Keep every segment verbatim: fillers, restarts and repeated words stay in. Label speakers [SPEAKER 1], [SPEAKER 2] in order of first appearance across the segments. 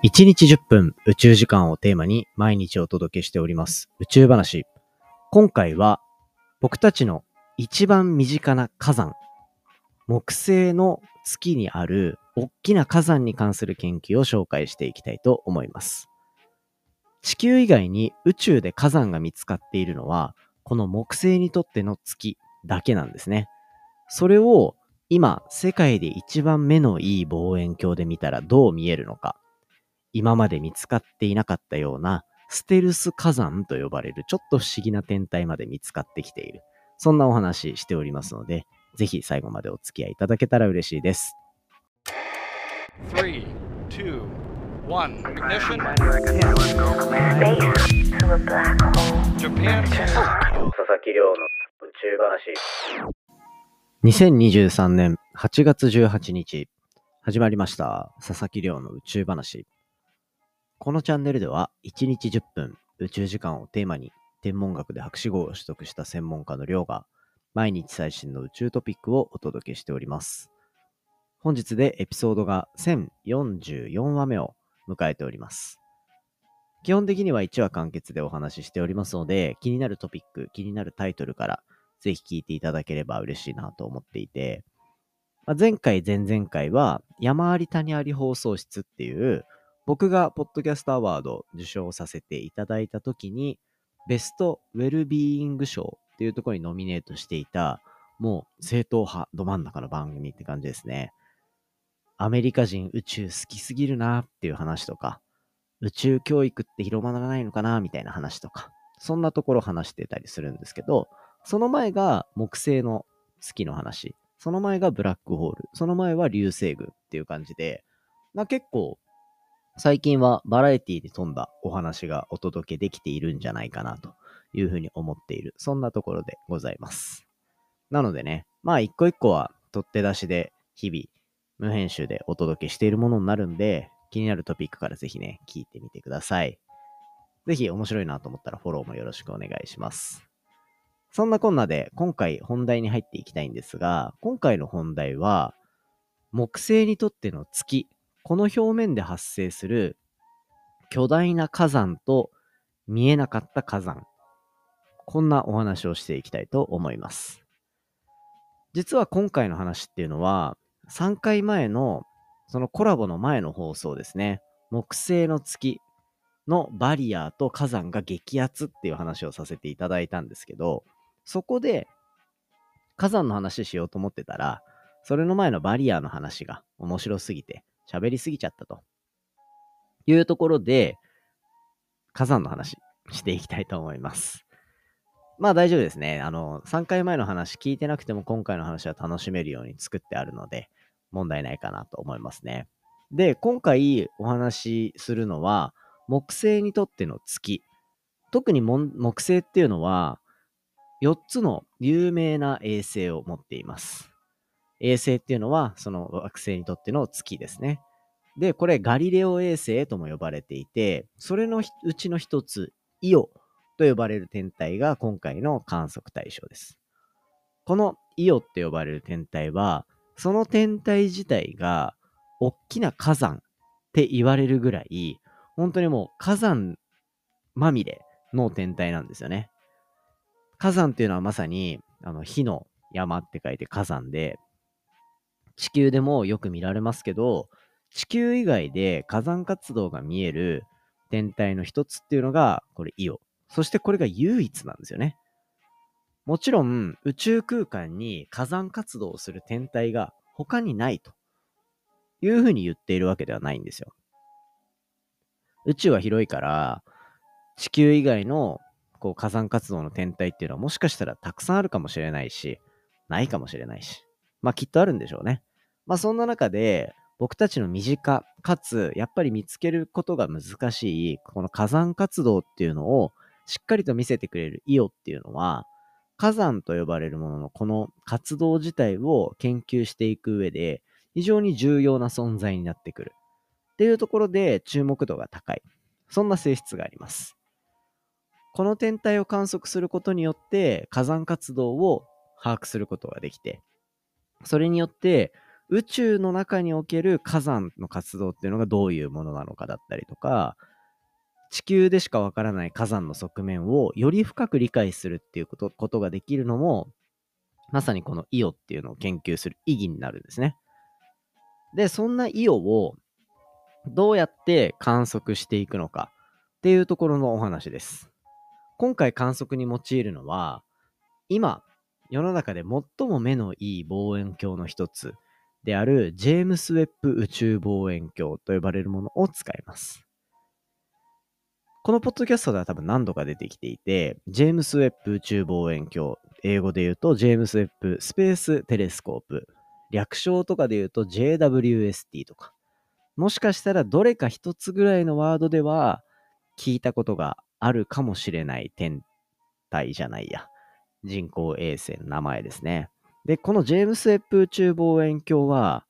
[SPEAKER 1] いちにちじゅっぷん宇宙時間をテーマに毎日お届けしております宇宙話。今回は僕たちの一番身近な火山、木星の月にある大きな火山に関する研究を紹介していきたいと思います。地球以外に宇宙で火山が見つかっているのはこの木星にとっての月だけなんですね。それを今世界で一番目のいい望遠鏡で見たらどう見えるのか、今まで見つかっていなかったようなステルス火山と呼ばれるちょっと不思議な天体まで見つかってきている、そんなお話しておりますので、ぜひ最後までお付き合いいただけたら嬉しいです。
[SPEAKER 2] さん、に、いち、ignition. Japan.
[SPEAKER 1] 佐々木亮の宇宙話。にせんにじゅうさんねんはちがつじゅうはちにち始まりました佐々木亮の宇宙話。このチャンネルではいちにちじゅっぷん宇宙時間をテーマに天文学で博士号を取得した専門家の亮が毎日最新の宇宙トピックをお届けしております。本日でエピソードがせんよんじゅうよんわめを迎えております。基本的にはいちわ完結でお話ししておりますので、気になるトピック、気になるタイトルからぜひ聞いていただければ嬉しいなと思っていて、まあ、前回前々回は山あり谷あり放送室っていう僕がポッドキャストアワードを受賞させていただいた時にベストウェルビーイング賞っていうところにノミネートしていた、もう正統派ど真ん中の番組って感じですね。アメリカ人宇宙好きすぎるなっていう話とか、宇宙教育って広まらないのかなみたいな話とか、そんなところ話してたりするんですけど、その前が木星の月の話、その前がブラックホール、その前は流星群っていう感じで、まあ、結構最近はバラエティに富んだお話がお届けできているんじゃないかなというふうに思っている、そんなところでございます。なのでね、まあ一個一個は取って出しで日々無編集でお届けしているものになるんで、気になるトピックからぜひね、聞いてみてください。ぜひ面白いなと思ったらフォローもよろしくお願いします。そんなこんなで今回本題に入っていきたいんですが、今回の本題は木星にとっての月、この表面で発生する巨大な火山と見えなかった火山、こんなお話をしていきたいと思います。実は今回の話っていうのはさんかいまえのそのコラボの前の放送ですね、木星の月のバリアと火山が激アツっていう話をさせていただいたんですけど、そこで火山の話しようと思ってたら、それの前のバリアの話が面白すぎて喋りすぎちゃったというところで、火山の話していきたいと思います。まあ大丈夫ですね。あのさんかいまえの話聞いてなくても今回の話は楽しめるように作ってあるので問題ないかなと思いますね。で、今回お話しするのは木星にとっての月。特に木星っていうのはよっつの有名な衛星を持っています。衛星っていうのはその惑星にとっての月ですね。で、これガリレオ衛星とも呼ばれていて、それのうちの一つ、イオと呼ばれる天体が今回の観測対象です。このイオって呼ばれる天体は、その天体自体が大きな火山って言われるぐらい、本当にもう火山まみれの天体なんですよね。火山っていうのはまさにあの火の山って書いて火山で、地球でもよく見られますけど、地球以外で火山活動が見える天体の一つっていうのがこれイオ。そしてこれが唯一なんですよね。もちろん宇宙空間に火山活動をする天体が他にないというふうに言っているわけではないんですよ。宇宙は広いから地球以外のこう火山活動の天体っていうのはもしかしたらたくさんあるかもしれないし、ないかもしれないし、まあきっとあるんでしょうね。まあそんな中で僕たちの身近かつやっぱり見つけることが難しいこの火山活動っていうのをしっかりと見せてくれるイオっていうのは、火山と呼ばれるもののこの活動自体を研究していく上で非常に重要な存在になってくるっていうところで注目度が高い、そんな性質があります。この天体を観測することによって火山活動を把握することができて、それによって宇宙の中における火山の活動っていうのがどういうものなのかだったりとか、地球でしかわからない火山の側面をより深く理解するっていうこと、ことができるのも、まさにこのイオっていうのを研究する意義になるんですね。で、そんなイオをどうやって観測していくのかっていうところのお話です。今回観測に用いるのは、今、世の中で最も目のいい望遠鏡の一つであるジェームス・ウェッブ宇宙望遠鏡と呼ばれるものを使います。このポッドキャストでは多分何度か出てきていて、ジェームス・ウェッブ宇宙望遠鏡、英語で言うとジェームス・ウェッブスペース・テレスコープ、略称とかで言うと ジェイダブリューエスティー とか、もしかしたらどれか一つぐらいのワードでは聞いたことがあるかもしれない天体じゃないや。人工衛星の名前ですね。で、このジェームス・ウェッブ宇宙望遠鏡は、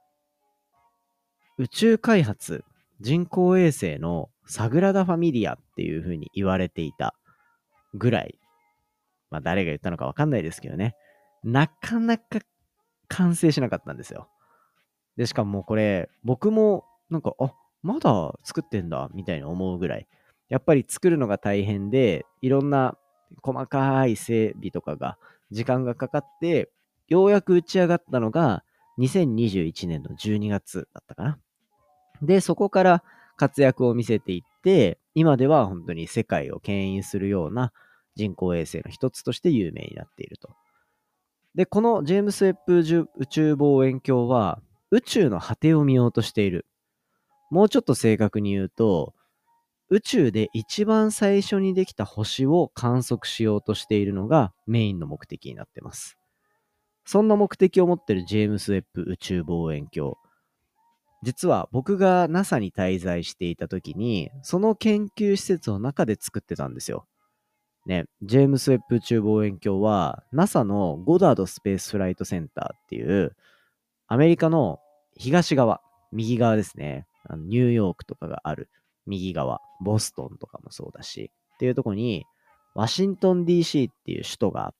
[SPEAKER 1] 宇宙開発、人工衛星のサグラダ・ファミリアっていう風に言われていたぐらい、まあ誰が言ったのかわかんないですけどね、なかなか完成しなかったんですよ。で、しかももうこれ、僕もなんか、あ、まだ作ってんだ、みたいに思うぐらい、やっぱり作るのが大変で、いろんな細かい整備とかが、時間がかかって、ようやく打ち上がったのが、にせんにじゅういちねんのじゅうにがつだったかな。で、そこから活躍を見せていって、今では本当に世界を牽引するような人工衛星の一つとして有名になっていると。で、このジェームス・ウェッブ宇宙望遠鏡は、宇宙の果てを見ようとしている。もうちょっと正確に言うと、宇宙で一番最初にできた星を観測しようとしているのがメインの目的になっています。そんな目的を持っているジェームス・ウェッブ宇宙望遠鏡。実は僕が ナサ に滞在していた時に、その研究施設の中で作ってたんですよ。ね、ジェームス・ウェッブ宇宙望遠鏡は ナサ のゴダードスペースフライトセンターっていうアメリカの東側、右側ですね。あのニューヨークとかがある右側、ボストンとかもそうだし、っていうところにワシントン ディーシー っていう首都があって、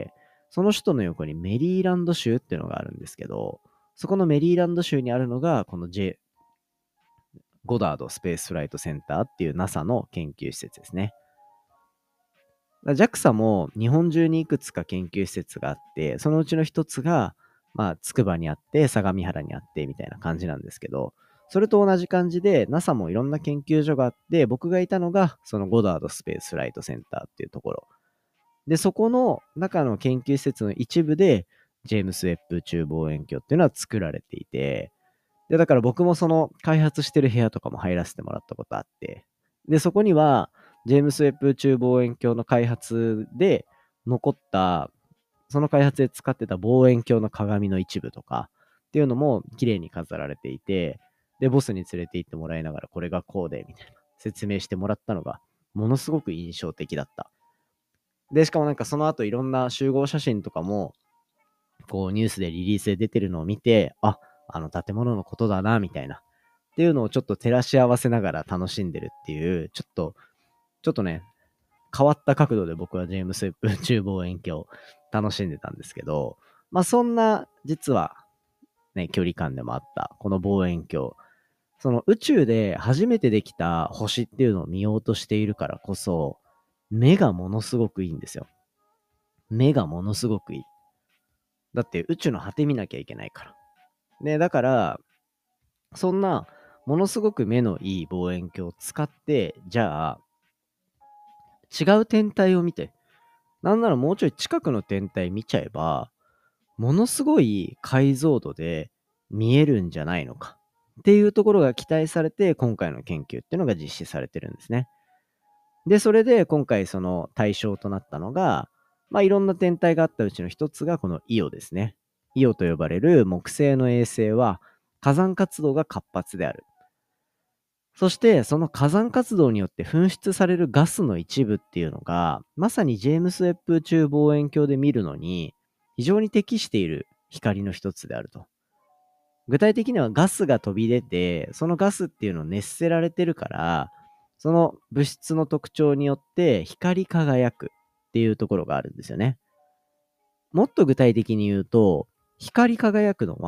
[SPEAKER 1] その首都の横にメリーランド州っていうのがあるんですけど、そこのメリーランド州にあるのがこの J、ゴダードスペースフライトセンターっていう ナサ の研究施設ですね。ジャクサ も日本中にいくつか研究施設があって、そのうちの一つが、まあ、筑波にあって、相模原にあって、みたいな感じなんですけど、それと同じ感じで ナサ もいろんな研究所があって、僕がいたのが、そのゴダードスペースフライトセンターっていうところ。で、そこの中の研究施設の一部で、ジェームス・ウェッブ宇宙望遠鏡っていうのは作られていて、で、だから僕もその開発してる部屋とかも入らせてもらったことあって、で、そこには、ジェームス・ウェッブ宇宙望遠鏡の開発で残った、その開発で使ってた望遠鏡の鏡の一部とかっていうのも綺麗に飾られていて、で、ボスに連れて行ってもらいながらこれがこうで、みたいな説明してもらったのが、ものすごく印象的だった。で、しかもなんかその後いろんな集合写真とかも、こうニュースでリリースで出てるのを見て、あ、あの建物のことだな、みたいな。っていうのをちょっと照らし合わせながら楽しんでるっていう、ちょっと、ちょっとね、変わった角度で僕はジェームス・ウェッブ宇宙望遠鏡を楽しんでたんですけど、まあそんな、実は、ね、距離感でもあった、この望遠鏡。その宇宙で初めてできた星っていうのを見ようとしているからこそ、目がものすごくいいんですよ。目がものすごくいい。だって宇宙の果て見なきゃいけないから。ね、だから、そんな、ものすごく目のいい望遠鏡を使って、じゃあ、違う天体を見て、なんならもうちょい近くの天体見ちゃえば、ものすごい解像度で見えるんじゃないのか。っていうところが期待されて、今回の研究っていうのが実施されてるんですね。で、それで今回その対象となったのが、まあいろんな天体があったうちの一つがこのイオですね。イオと呼ばれる木星の衛星は火山活動が活発である。そしてその火山活動によって噴出されるガスの一部っていうのが、まさにジェームス・ウェッブ宇宙望遠鏡で見るのに非常に適している光の一つであると。具体的にはガスが飛び出て、そのガスっていうのを熱せられてるから、その物質の特徴によって光り輝くっていうところがあるんですよね。もっと具体的に言うと、光り輝くのは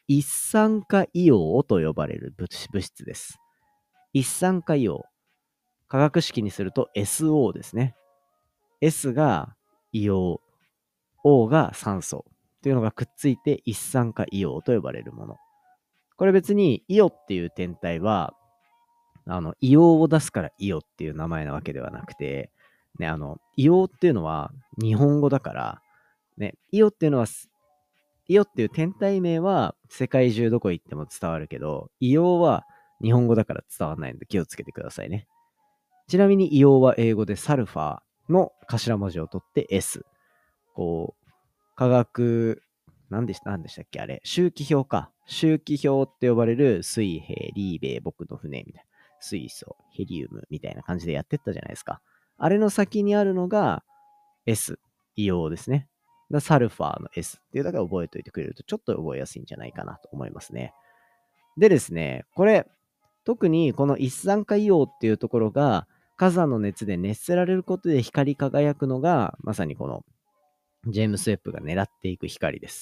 [SPEAKER 1] 一酸化硫黄と呼ばれる物物質です。一酸化硫黄。化学式にすると エスオー ですね。S が硫黄、O が酸素というのがくっついて一酸化硫黄と呼ばれるもの。これ別にイオっていう天体は、あの、硫黄を出すからイオっていう名前なわけではなくて、ね、あの、硫黄っていうのは日本語だから、ね、イオっていうのは、イオっていう天体名は世界中どこ行っても伝わるけど、硫黄は日本語だから伝わらないので気をつけてくださいね。ちなみに硫黄は英語でサルファーの頭文字を取って S。こう、化学、何でした、何でしたっけあれ。周期表か。周期表って呼ばれる水平、リーベイ、僕の船みたいな。水素、ヘリウムみたいな感じでやってったじゃないですか。あれの先にあるのが S、硫黄ですね。だサルファーの S っていうだけ覚えておいてくれるとちょっと覚えやすいんじゃないかなと思いますね。でですね、これ、特にこの一酸化硫黄っていうところが火山の熱で熱せられることで光り輝くのが、まさにこのジェームス・ウェッブが狙っていく光です。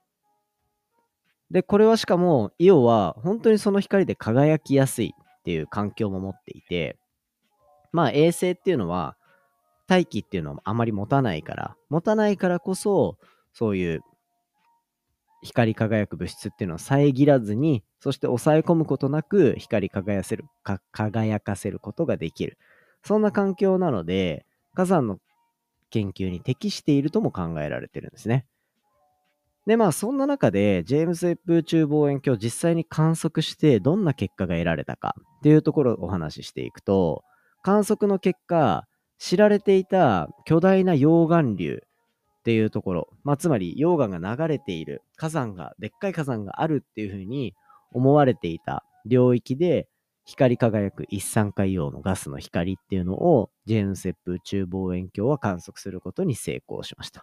[SPEAKER 1] で、これはしかも、イオは本当にその光で輝きやすいっていう環境も持っていて、まあ衛星っていうのは、大気っていうのはあまり持たないから、持たないからこそ、そういう光り輝く物質っていうのを遮らずに、そして抑え込むことなく光り輝かせる、か輝かせることができる。そんな環境なので、火山の研究に適しているとも考えられてるんですね。で、まあそんな中で、ジェームズ・ウェッブ宇宙望遠鏡を実際に観測してどんな結果が得られたかっていうところをお話ししていくと、観測の結果、知られていた巨大な溶岩流っていうところ、まあつまり溶岩が流れている火山が、でっかい火山があるっていうふうに思われていた領域で、光り輝く一酸化硫黄のガスの光っていうのをジェームズ・ウェッブ宇宙望遠鏡は観測することに成功しました。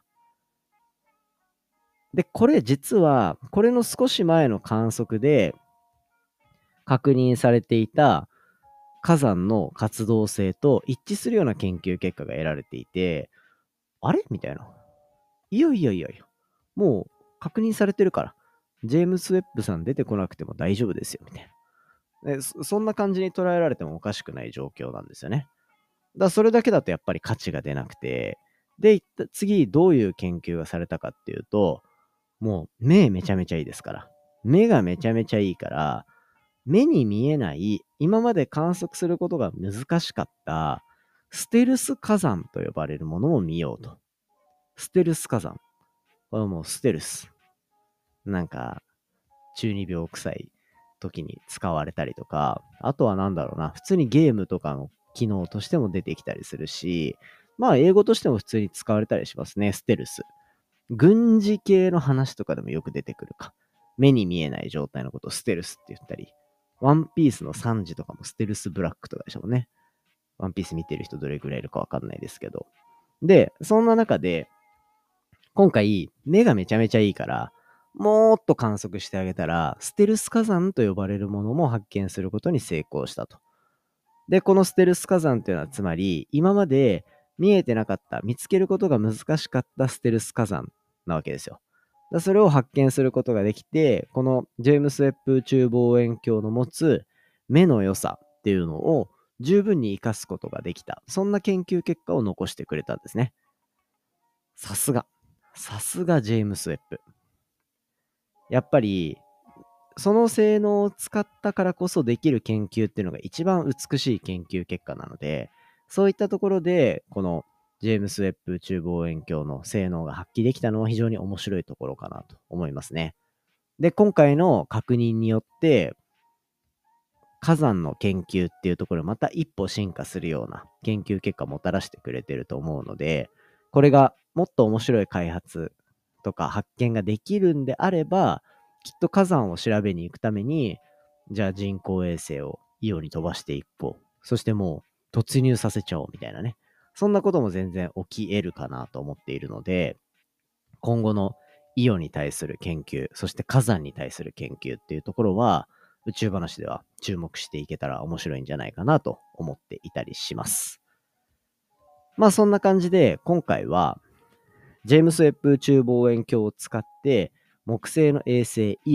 [SPEAKER 1] で、これ実は、これの少し前の観測で確認されていた火山の活動性と一致するような研究結果が得られていて、あれみたいな。いやいやいやいや、もう確認されてるから、ジェームス・ウェッブさん出てこなくても大丈夫ですよ、みたいな。でそそんな感じに捉えられてもおかしくない状況なんですよね。だからそれだけだとやっぱり価値が出なくて、で、次どういう研究がされたかっていうと、もう目めちゃめちゃいいですから。目がめちゃめちゃいいから、目に見えない、今まで観測することが難しかった、ステルス火山と呼ばれるものを見ようと。ステルス火山。これはもうステルス。なんか、中二病臭い時に使われたりとか、あとはなんだろうな、普通にゲームとかの機能としても出てきたりするし、まあ英語としても普通に使われたりしますね、ステルス。軍事系の話とかでもよく出てくるか。目に見えない状態のことをステルスって言ったり、ワンピースのサンジとかもステルスブラックとかでしょうね。ワンピース見てる人どれくらいいるかわかんないですけど。で、そんな中で、今回、目がめちゃめちゃいいから、もっと観測してあげたら、ステルス火山と呼ばれるものも発見することに成功したと。で、このステルス火山というのは、つまり、今まで見えてなかった、見つけることが難しかったステルス火山なわけですよ。だそれを発見することができて、このジェームス・ウェッブ宇宙望遠鏡の持つ目の良さっていうのを十分に活かすことができた。そんな研究結果を残してくれたんですね。さすが。さすがジェームス・ウェッブ。やっぱり、その性能を使ったからこそできる研究っていうのが一番美しい研究結果なので、そういったところで、このジェームス・ウェッブ宇宙望遠鏡の性能が発揮できたのは非常に面白いところかなと思いますね。で、今回の確認によって、火山の研究っていうところまた一歩進化するような研究結果をもたらしてくれてると思うので、これがもっと面白い開発とか発見ができるんであれば、きっと火山を調べに行くために、じゃあ人工衛星をイオに飛ばしていこう。そしてもう突入させちゃおうみたいなね。そんなことも全然起き得るかなと思っているので、今後のイオに対する研究、そして火山に対する研究っていうところは、宇宙話では注目していけたら面白いんじゃないかなと思っていたりします。まあそんな感じで、今回は、ジェームス・ウェッブ宇宙望遠鏡を使って、木星の衛星イオ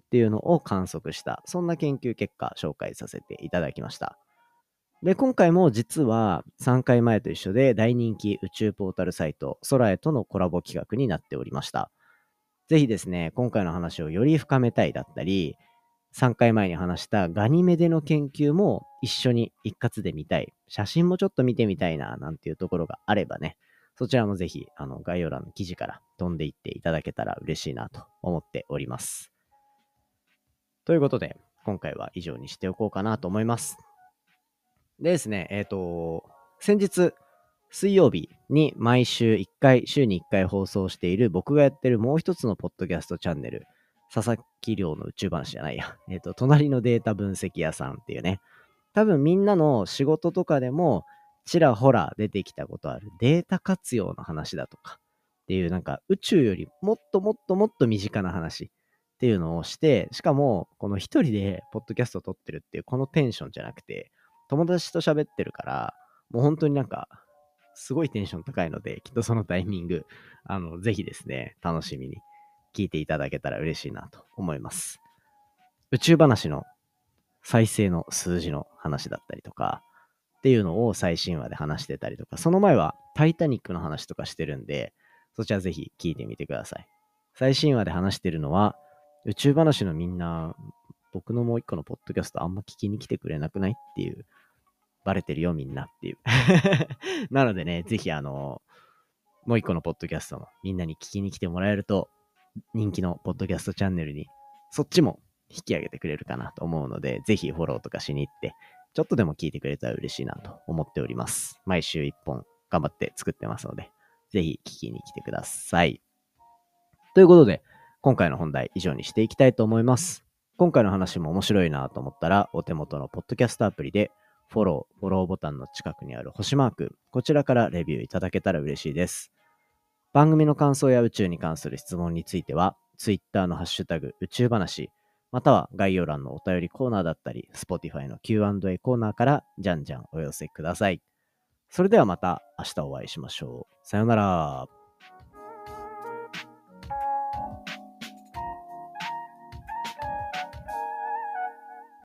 [SPEAKER 1] っていうのを観測した、そんな研究結果紹介させていただきました。で、今回も実はさんかいまえと一緒で大人気宇宙ポータルサイト空へとのコラボ企画になっておりました。ぜひですね、今回の話をより深めたいだったり、さんかいまえに話したガニメデの研究も一緒に一括で見たい、写真もちょっと見てみたいななんていうところがあればね、そちらもぜひあの概要欄の記事から飛んでいっていただけたら嬉しいなと思っております。ということで、今回は以上にしておこうかなと思います。でですね、えっと、先日、水曜日に毎週いっかい、週にいっかい放送している僕がやってるもう一つのポッドキャストチャンネル、佐々木亮の宇宙話じゃないや、えっと、隣のデータ分析屋さんっていうね、多分みんなの仕事とかでもちらほら出てきたことあるデータ活用の話だとかっていうなんか宇宙よりもっともっともっと身近な話っていうのをして、しかもこの一人でポッドキャストを撮ってるっていうこのテンションじゃなくて、友達と喋ってるから、もう本当になんかすごいテンション高いので、きっとそのタイミング、あの、ぜひですね、楽しみに聞いていただけたら嬉しいなと思います。宇宙話の再生の数字の話だったりとかっていうのを最新話で話してたりとか、その前はタイタニックの話とかしてるんで、そちらぜひ聞いてみてください。最新話で話してるのは、宇宙話のみんな、僕のもう一個のポッドキャストあんま聞きに来てくれなくないっていう、バレてるよみんなっていう。なのでね、ぜひあの、もう一個のポッドキャストもみんなに聞きに来てもらえると、人気のポッドキャストチャンネルに、そっちも引き上げてくれるかなと思うので、ぜひフォローとかしに行って、ちょっとでも聞いてくれたら嬉しいなと思っております。毎週一本頑張って作ってますので、ぜひ聞きに来てください。ということで、今回の本題以上にしていきたいと思います。今回の話も面白いなと思ったら、お手元のポッドキャストアプリで、フォロー、フォローボタンの近くにある星マーク、こちらからレビューいただけたら嬉しいです。番組の感想や宇宙に関する質問については、Twitter のハッシュタグ宇宙話、または概要欄のお便りコーナーだったり、Spotify の キューアンドエー コーナーからじゃんじゃんお寄せください。それではまた明日お会いしましょう。さようなら。